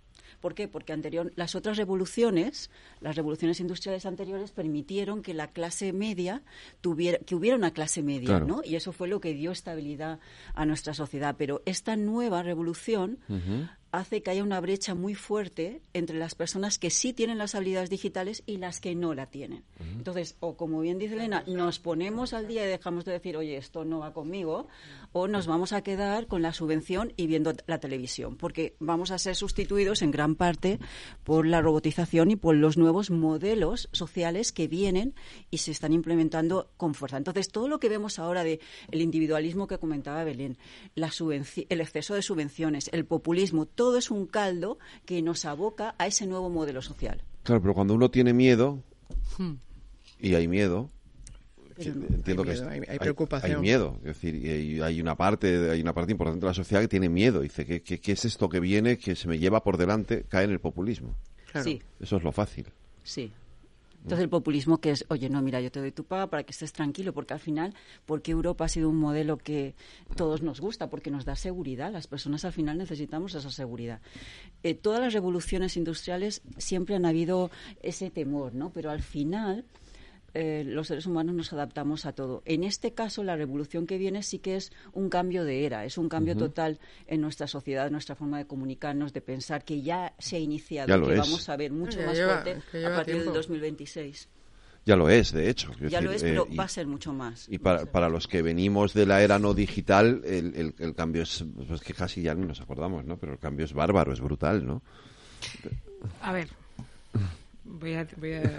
¿Por qué? Porque las otras revoluciones, las revoluciones industriales anteriores, permitieron que la clase media que hubiera una clase media, claro, ¿no? Y eso fue lo que dio estabilidad a nuestra sociedad. Pero esta nueva revolución hace que haya una brecha muy fuerte entre las personas que sí tienen las habilidades digitales y las que no la tienen. Entonces, o como bien dice Elena, nos ponemos al día y dejamos de decir, oye, esto no va conmigo, o nos vamos a quedar con la subvención y viendo la televisión, porque vamos a ser sustituidos en gran parte por la robotización y por los nuevos modelos sociales que vienen y se están implementando con fuerza. Entonces, todo lo que vemos ahora de el individualismo que comentaba Belén, el exceso de subvenciones, el populismo, todo es un caldo que nos aboca a ese nuevo modelo social. Claro, pero cuando uno tiene miedo, y hay miedo, entiendo que hay preocupación. Hay miedo, es decir, y hay una parte importante de la sociedad que tiene miedo. Dice, ¿qué es esto que viene, que se me lleva por delante? Cae en el populismo. Claro. Sí. Eso es lo fácil. Sí. Entonces el populismo que es, oye, no, mira, yo te doy tu paga para que estés tranquilo, porque al final, porque Europa ha sido un modelo que todos nos gusta, porque nos da seguridad, las personas al final necesitamos esa seguridad. Todas las revoluciones industriales siempre han habido ese temor, ¿no? Pero al final los seres humanos nos adaptamos a todo. En este caso, la revolución que viene sí que es un cambio de era, es un cambio total en nuestra sociedad, en nuestra forma de comunicarnos, de pensar, que ya se ha iniciado, que vamos a ver mucho más fuerte a partir del 2026. Ya lo es, de hecho. Ya lo es, pero va a ser mucho más. Y para los que venimos de la era no digital, el cambio es, pues que casi ya ni nos acordamos, ¿no? Pero el cambio es bárbaro, es brutal, ¿no? A ver, voy a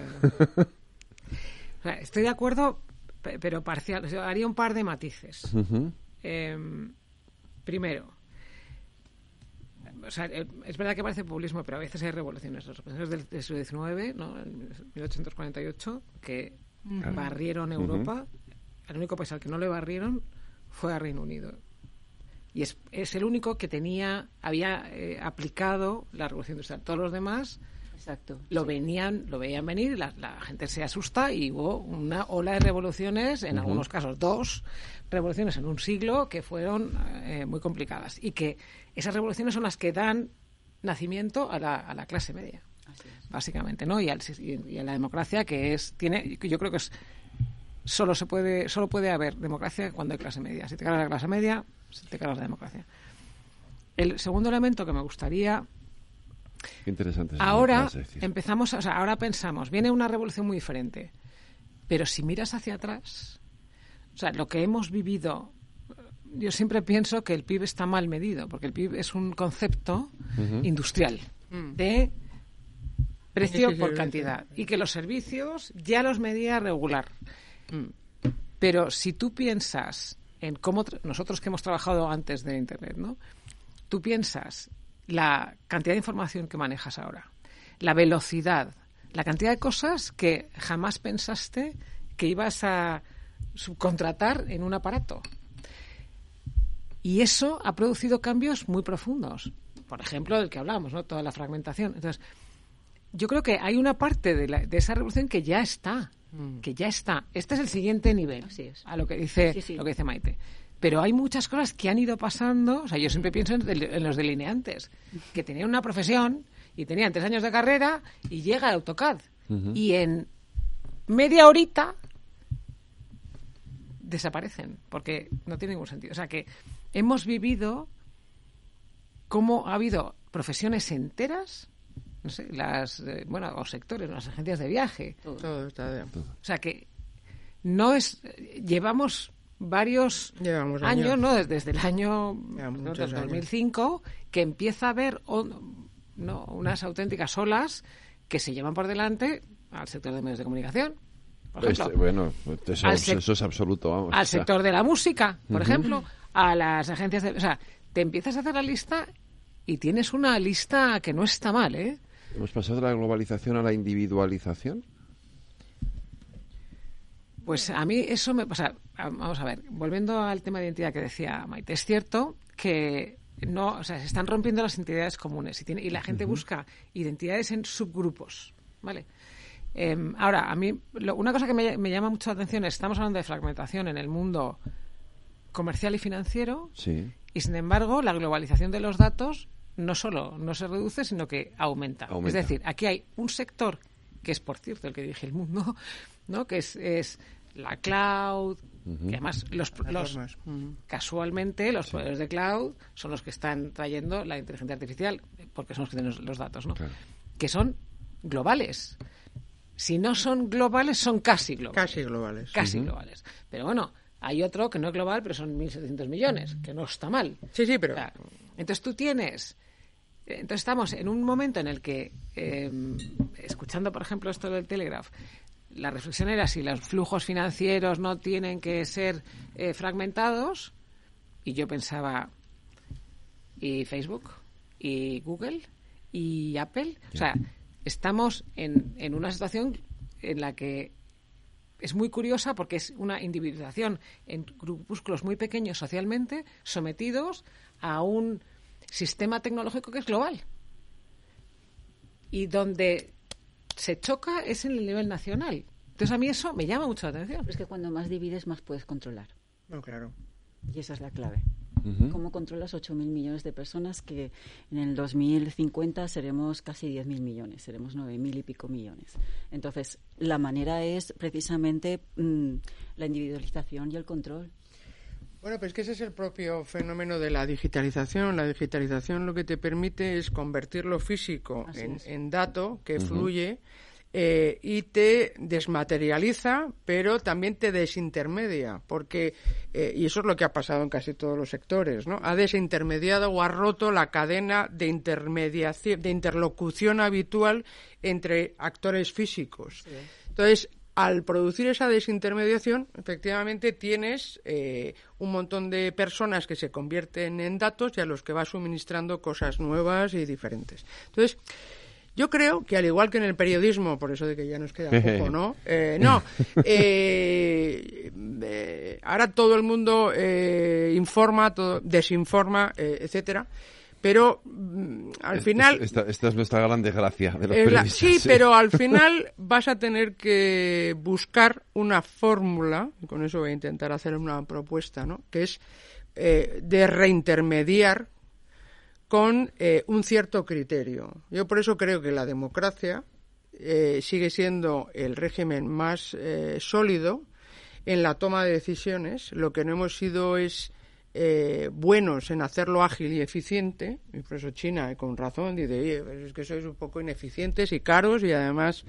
o sea, estoy de acuerdo, pero parcial. O sea, haría un par de matices. Primero, o sea, es verdad que parece populismo, pero a veces hay revoluciones. Las revoluciones del siglo XIX, ¿no? En 1848, que barrieron Europa. El único país al que no le barrieron fue a Reino Unido. Y es el único que había aplicado la revolución industrial. Todos los demás... Exacto. Lo veían venir, la gente se asusta y hubo una ola de revoluciones, en algunos casos 2 revoluciones en un siglo que fueron muy complicadas, y que esas revoluciones son las que dan nacimiento a la clase media, básicamente, ¿no? Y a la democracia, que yo creo que solo puede haber democracia cuando hay clase media. Si te cargas la clase media, te cargas la democracia. El segundo elemento que me gustaría... Qué interesante. Ahora ahora pensamos, viene una revolución muy diferente, pero si miras hacia atrás, o sea, lo que hemos vivido, yo siempre pienso que el PIB está mal medido, porque el PIB es un concepto industrial de precio por cantidad, y que los servicios ya los medía regular. Pero si tú piensas en cómo nosotros que hemos trabajado antes de Internet, ¿no? Tú piensas la cantidad de información que manejas ahora, la velocidad, la cantidad de cosas que jamás pensaste que ibas a subcontratar en un aparato. Y eso ha producido cambios muy profundos. Por ejemplo, del que hablamos, ¿no? Toda la fragmentación. Entonces, yo creo que hay una parte de esa revolución que ya está. Este es el siguiente nivel. Así es. A lo que dice Maite. Pero hay muchas cosas que han ido pasando. O sea, yo siempre pienso en los delineantes, que tenían una profesión y tenían 3 años de carrera y llega el AutoCAD. Y en media horita desaparecen, porque no tiene ningún sentido. O sea, que hemos vivido cómo ha habido profesiones enteras, no sé, o sectores, las agencias de viaje. Todo está bien. O sea, que no es... Llevamos años, ¿no? Desde el año 2005, que empieza a haber unas auténticas olas que se llevan por delante al sector de medios de comunicación, por ejemplo. Eso es absoluto, vamos. Al sector de la música, por ejemplo, a las agencias de... O sea, te empiezas a hacer la lista y tienes una lista que no está mal, ¿eh? ¿Hemos pasado de la globalización a la individualización? Pues a mí eso me pasa. Vamos a ver, volviendo al tema de identidad que decía Maite, es cierto que se están rompiendo las identidades comunes y la gente busca identidades en subgrupos, ¿vale? Ahora, a mí una cosa que me llama mucho la atención es, estamos hablando de fragmentación en el mundo comercial y financiero, sí, y sin embargo la globalización de los datos no solo no se reduce, sino que aumenta. Es decir, aquí hay un sector, que es, por cierto, el que dirige el mundo, ¿no? Que es la cloud, que además casualmente los proveedores de cloud son los que están trayendo la inteligencia artificial, porque son los que tienen los datos, ¿no? Claro. Que son globales. Si no son globales, son casi globales. Casi globales. Pero bueno, hay otro que no es global, pero son 1.700 millones, que no está mal. Sí, pero... Claro. Entonces estamos en un momento en el que, escuchando, por ejemplo, esto del Telegraph, la reflexión era si los flujos financieros no tienen que ser fragmentados, y yo pensaba, ¿y Facebook? ¿Y Google? ¿Y Apple? O sea, estamos en una situación en la que es muy curiosa porque es una individualización en grupúsculos muy pequeños socialmente, sometidos a un sistema tecnológico que es global. Y donde se choca es en el nivel nacional. Entonces a mí eso me llama mucho la atención. Pero es que cuando más divides, más puedes controlar. No, claro. Y esa es la clave. ¿Cómo controlas 8.000 millones de personas que en el 2050 seremos casi 10.000 millones, seremos 9.000 y pico millones? Entonces, la manera es precisamente la individualización y el control. Bueno, pues que ese es el propio fenómeno de la digitalización. La digitalización lo que te permite es convertir lo físico en dato que fluye y te desmaterializa, pero también te desintermedia, porque, y eso es lo que ha pasado en casi todos los sectores, ¿no? Ha desintermediado o ha roto la cadena de intermediación, de interlocución habitual entre actores físicos. Sí. Entonces, al producir esa desintermediación, efectivamente tienes un montón de personas que se convierten en datos y a los que vas suministrando cosas nuevas y diferentes. Entonces, yo creo que al igual que en el periodismo, por eso de que ya nos queda poco, ¿no? Ahora todo el mundo informa, desinforma, etcétera. Pero al final... Esta es nuestra gran desgracia de los periodistas. Sí, pero al final vas a tener que buscar una fórmula, y con eso voy a intentar hacer una propuesta, ¿no? Que es de reintermediar con un cierto criterio. Yo por eso creo que la democracia sigue siendo el régimen más sólido en la toma de decisiones. Lo que no hemos sido es buenos en hacerlo ágil y eficiente, y por eso China, con razón, dice, oye, es que sois un poco ineficientes y caros, y además,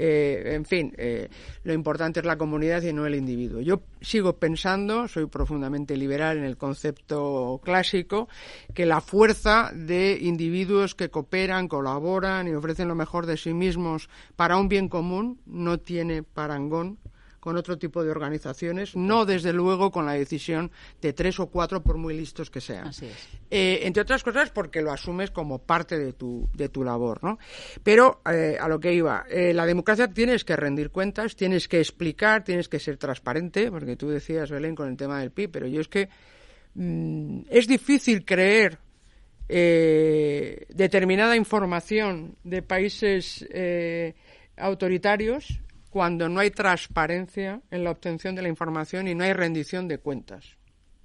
lo importante es la comunidad y no el individuo. Yo sigo pensando, soy profundamente liberal en el concepto clásico, que la fuerza de individuos que cooperan, colaboran y ofrecen lo mejor de sí mismos para un bien común no tiene parangón con otro tipo de organizaciones, no desde luego con la decisión de 3 o 4 por muy listos que sean. Así es. Entre otras cosas porque lo asumes como parte de tu labor, ¿no? Pero a lo que iba, la democracia tienes que rendir cuentas, tienes que explicar, tienes que ser transparente, porque tú decías, Belén, con el tema del PIB, pero yo es que es difícil creer determinada información de países autoritarios cuando no hay transparencia en la obtención de la información y no hay rendición de cuentas.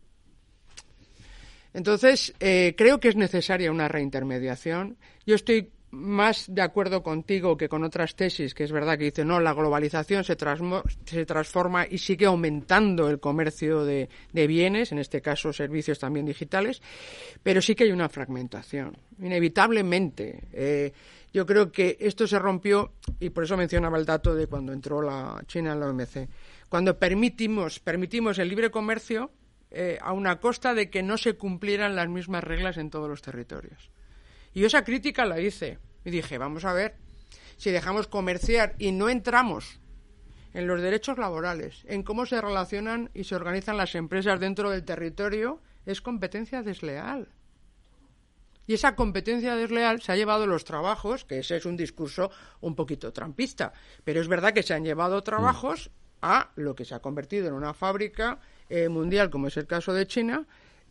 Entonces, creo que es necesaria una reintermediación. Yo estoy más de acuerdo contigo que con otras tesis, que es verdad que dicen, no, la globalización se transforma y sigue aumentando el comercio de bienes, en este caso servicios también digitales, pero sí que hay una fragmentación, inevitablemente. Yo creo que esto se rompió, y por eso mencionaba el dato de cuando entró la China en la OMC. Cuando permitimos el libre comercio a una costa de que no se cumplieran las mismas reglas en todos los territorios. Y yo esa crítica la hice. Y dije, vamos a ver, si dejamos comerciar y no entramos en los derechos laborales, en cómo se relacionan y se organizan las empresas dentro del territorio, es competencia desleal. Y esa competencia desleal se ha llevado los trabajos, que ese es un discurso un poquito trampista, pero es verdad que se han llevado trabajos a lo que se ha convertido en una fábrica mundial, como es el caso de China,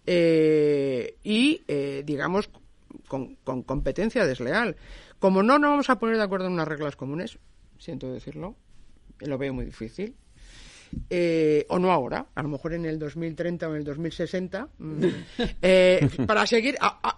digamos, con competencia desleal. Como no nos vamos a poner de acuerdo en unas reglas comunes, siento decirlo, lo veo muy difícil, o no ahora, a lo mejor en el 2030 o en el 2060, para seguir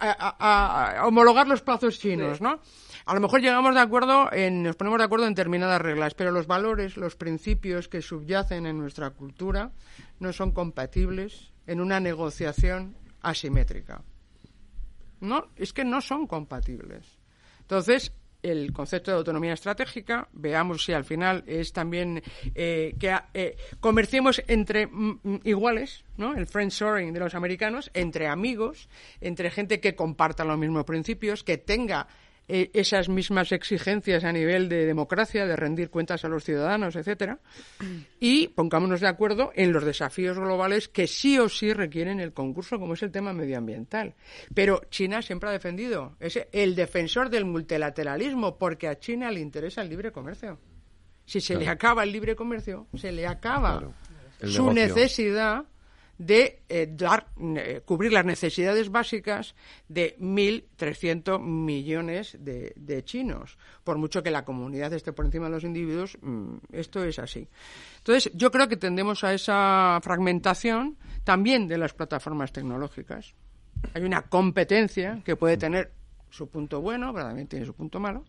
a homologar los plazos chinos, ¿no? A lo mejor nos ponemos de acuerdo en determinadas reglas, pero los valores, los principios que subyacen en nuestra cultura no son compatibles en una negociación asimétrica. No, es que no son compatibles. Entonces, el concepto de autonomía estratégica, veamos si al final es también que comerciemos entre iguales, ¿no? El friendshoring de los americanos, entre amigos, entre gente que comparta los mismos principios, que tenga esas mismas exigencias a nivel de democracia, de rendir cuentas a los ciudadanos, etcétera, y pongámonos de acuerdo en los desafíos globales que sí o sí requieren el concurso, como es el tema medioambiental. Pero China siempre ha defendido, es el defensor del multilateralismo, porque a China le interesa el libre comercio. Si se le acaba el libre comercio, se le acaba su necesidad de cubrir las necesidades básicas de 1.300 millones de chinos. Por mucho que la comunidad esté por encima de los individuos, esto es así. Entonces, yo creo que tendemos a esa fragmentación también de las plataformas tecnológicas. Hay una competencia que puede tener su punto bueno, pero también tiene su punto malo.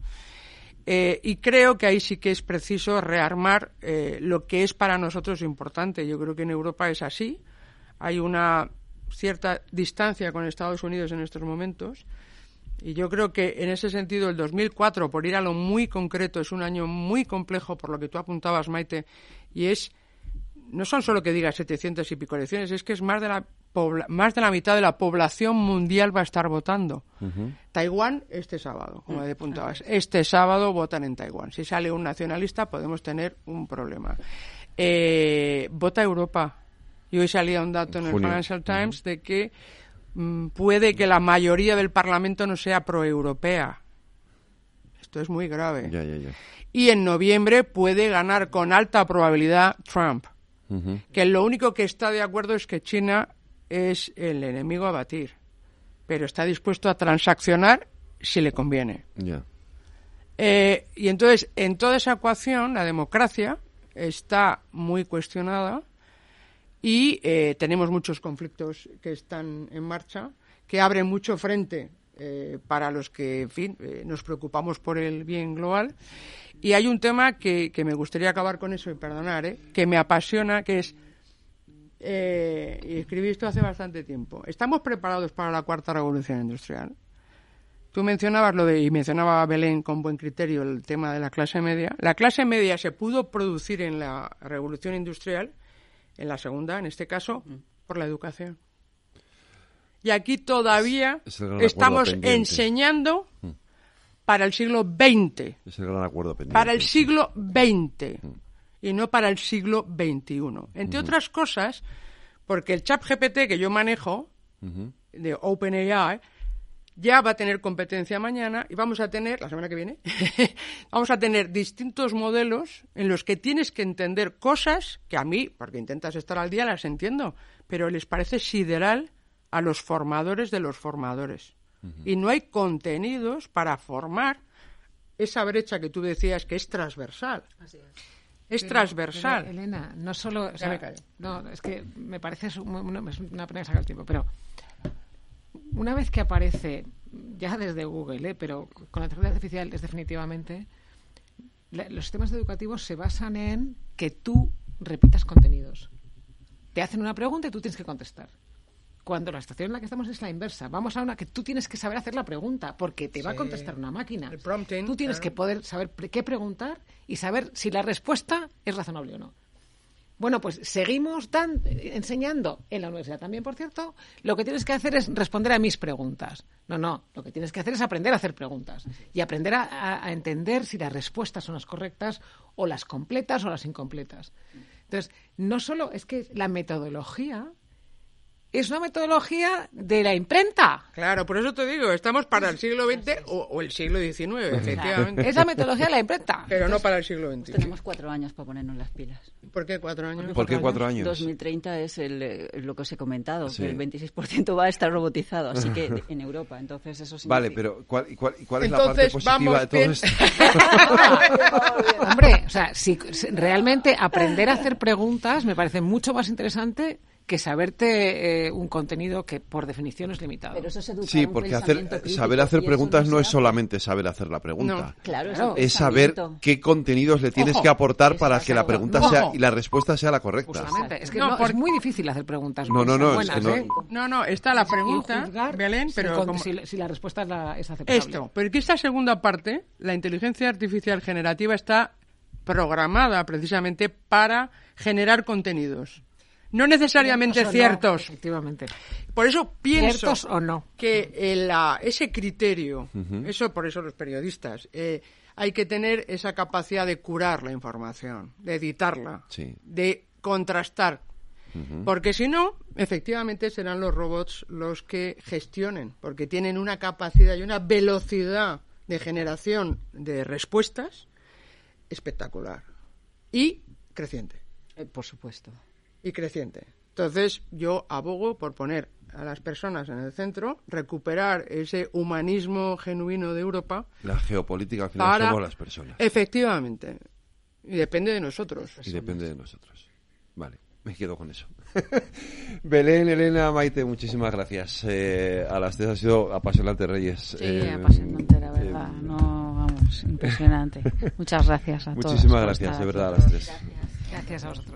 Y creo que ahí sí que es preciso rearmar lo que es para nosotros importante. Yo creo que en Europa es así. Hay una cierta distancia con Estados Unidos en estos momentos y yo creo que en ese sentido el 2004, por ir a lo muy concreto, es un año muy complejo por lo que tú apuntabas, Maite, y no son solo que digas 700 y pico elecciones, es que es más de la mitad de la población mundial va a estar votando. Taiwán este sábado, como apuntabas, este sábado votan en Taiwán. Si sale un nacionalista podemos tener un problema. Vota Europa. Y hoy salía un dato en el Financial Times de que puede que la mayoría del Parlamento no sea proeuropea. Esto es muy grave. Y en noviembre puede ganar con alta probabilidad Trump, que lo único que está de acuerdo es que China es el enemigo a batir, pero está dispuesto a transaccionar si le conviene. Y entonces, en toda esa ecuación, la democracia está muy cuestionada. Y tenemos muchos conflictos que están en marcha, que abren mucho frente para los que, en fin, nos preocupamos por el bien global. Y hay un tema que me gustaría acabar con eso y perdonar, que me apasiona, que es, y escribí esto hace bastante tiempo, ¿estamos preparados para la cuarta revolución industrial? Tú mencionabas y mencionaba Belén con buen criterio el tema de la clase media. La clase media se pudo producir en la revolución industrial, en la segunda, en este caso, por la educación. Y aquí todavía estamos enseñando para el siglo XX. Es el gran acuerdo pendiente. Para el siglo XX y no para el siglo XXI. Entre otras cosas, porque el ChatGPT que yo manejo, de OpenAI, ya va a tener competencia mañana y vamos a tener, la semana que viene, vamos a tener distintos modelos en los que tienes que entender cosas que a mí, porque intentas estar al día, las entiendo, pero les parece sideral a los formadores de los formadores. Y no hay contenidos para formar esa brecha que tú decías que es transversal. Así es transversal. Pero, Elena, no solo... O sea, no, es que me parece es una pena sacar el tiempo, pero... Una vez que aparece, ya desde Google, pero con la inteligencia artificial es definitivamente, los sistemas educativos se basan en que tú repitas contenidos. Te hacen una pregunta y tú tienes que contestar. Cuando la situación en la que estamos es la inversa. Vamos a una que tú tienes que saber hacer la pregunta, porque te va a contestar una máquina. El prompting, tú tienes que poder saber qué preguntar y saber si la respuesta es razonable o no. Bueno, pues seguimos enseñando en la universidad también, por cierto. Lo que tienes que hacer es responder a mis preguntas. No. Lo que tienes que hacer es aprender a hacer preguntas y aprender a entender si las respuestas son las correctas o las completas o las incompletas. Entonces, no solo es que la metodología es una metodología de la imprenta. Claro, por eso te digo, estamos para el siglo XX o el siglo XIX, efectivamente. Es la metodología de la imprenta. Pero no para el siglo XXI. Tenemos 4 años para ponernos las pilas. ¿Por qué 4 años? ¿Por qué 4 años? 2030 es lo que os he comentado, que el 26% va a estar robotizado, así que en Europa, entonces eso significa... Vale, pero ¿cuál es la parte positiva de todo esto? Hombre, o sea, si realmente aprender a hacer preguntas me parece mucho más interesante que saberte un contenido que por definición es limitado. Pero eso es educar sí, porque saber hacer preguntas no es solamente saber hacer la pregunta. No, claro, es saber qué contenidos le tienes que aportar para que la pregunta sea y la respuesta sea la correcta. Es que es muy difícil hacer preguntas buenas, No, está la pregunta, Belén, pero si la respuesta es aceptable. Esto, pero que esta segunda parte, la inteligencia artificial generativa está programada precisamente para generar contenidos. No necesariamente ciertos. Efectivamente. Por eso pienso ¿ciertos o no? Que ese criterio, por eso los periodistas, hay que tener esa capacidad de curar la información, de editarla, de contrastar. Porque si no, efectivamente serán los robots los que gestionen, porque tienen una capacidad y una velocidad de generación de respuestas espectacular y creciente. Por supuesto. Y creciente. Entonces, yo abogo por poner a las personas en el centro, recuperar ese humanismo genuino de Europa. La geopolítica al final somos las personas. Efectivamente. Y depende de nosotros. Vale, me quedo con eso. Belén, Elena, Maite, muchísimas gracias. A las tres ha sido apasionante, Reyes. Sí, apasionante, la verdad. Impresionante. Muchas gracias a todos. Muchísimas gracias, de verdad, a las tres. Gracias a vosotros.